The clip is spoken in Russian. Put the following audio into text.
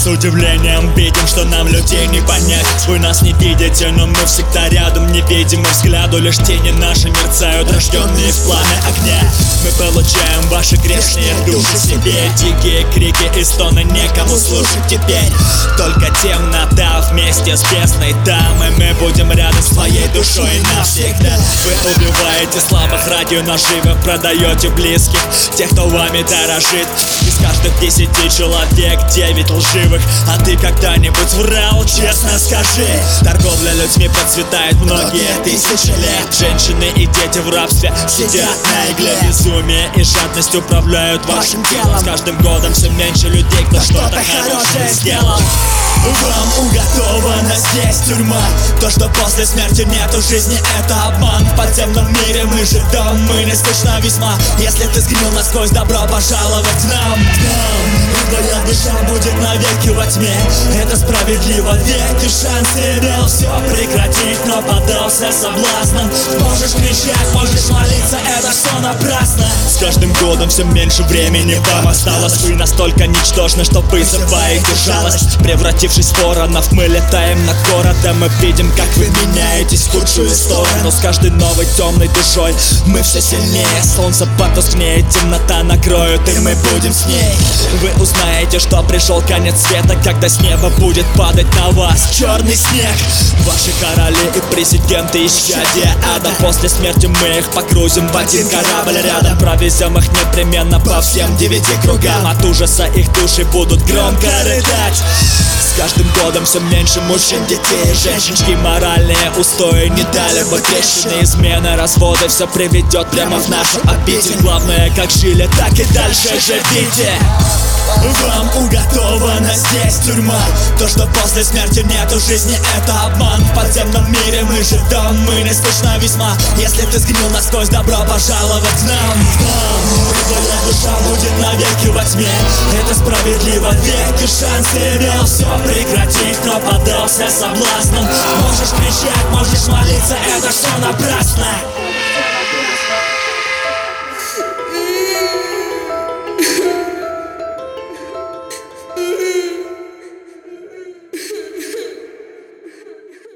с удивлением видим, что нам людей не понять. Вы нас не видите, но мы всегда рядом, невидимы взгляду. Лишь тени наши мерцают, рожденные в пламя огня. Мы получаем ваши грешные души себе. Дикие крики и стоны некому слушать теперь. Только темнота вместе с бездной там. И мы будем рядом с твоей душой навсегда. Вы убиваете слабых ради наживы, продаете близких, тех, кто вами дорожит. Из каждых 10 человек 9 лживых. А ты когда-нибудь врал, честно скажи? Торговля людьми процветает многие тысячи лет. Женщины и дети в рабстве сидят на игле. Безумие и жадность управляют вашим телом. С каждым годом все меньше людей, кто что-то хорошее сделал. Вам уготована здесь тюрьма. То, что после смерти нету жизни, это обман. В подземном мире мы живем, мы не слышно весьма. Если ты сгнил насквозь, добро пожаловать к нам. Твоя душа будет навеки во тьме. Это справедливо, ведь ты шанс имел все прекратить, но поддался соблазнам. Можешь кричать, можешь молиться, это все напрасно. С каждым годом все меньше времени вам осталось. Вы настолько ничтожны, что вызываете жалость. Превратившись в воронов, мы летаем над городом. Мы видим, как вы меняетесь в худшую сторону. С каждой новой темной душой мы все сильнее. Солнце потускнеет, темнота накроет, и мы будем с ней. Вы узнаете, что пришел конец света, когда с неба будет падать на вас черный снег. Ваши короли и президенты исчадия ада. После смерти мы их погрузим в один корабль рядом. Провезем их непременно по всем 9 кругам. От ужаса их души будут громко рыдать. С каждым годом все меньше мужчин, детей и женщинки. Моральные устои не дали бы трещины. Измены, разводы, все приведет прямо в нашу обитель. Главное, как жили, так и дальше живите. Вам уготована здесь тюрьма. То, что после смерти нету жизни, это обман. В подземном мире мы живем, мы не слышно весьма. Если ты сгнил насквозь, добро пожаловать к нам. Твоя душа будет навеки во тьме. Это справедливо, ведь ты шанс имел все прекратить, но поддался соблазнам. Можешь кричать, можешь молиться, это все напрасно.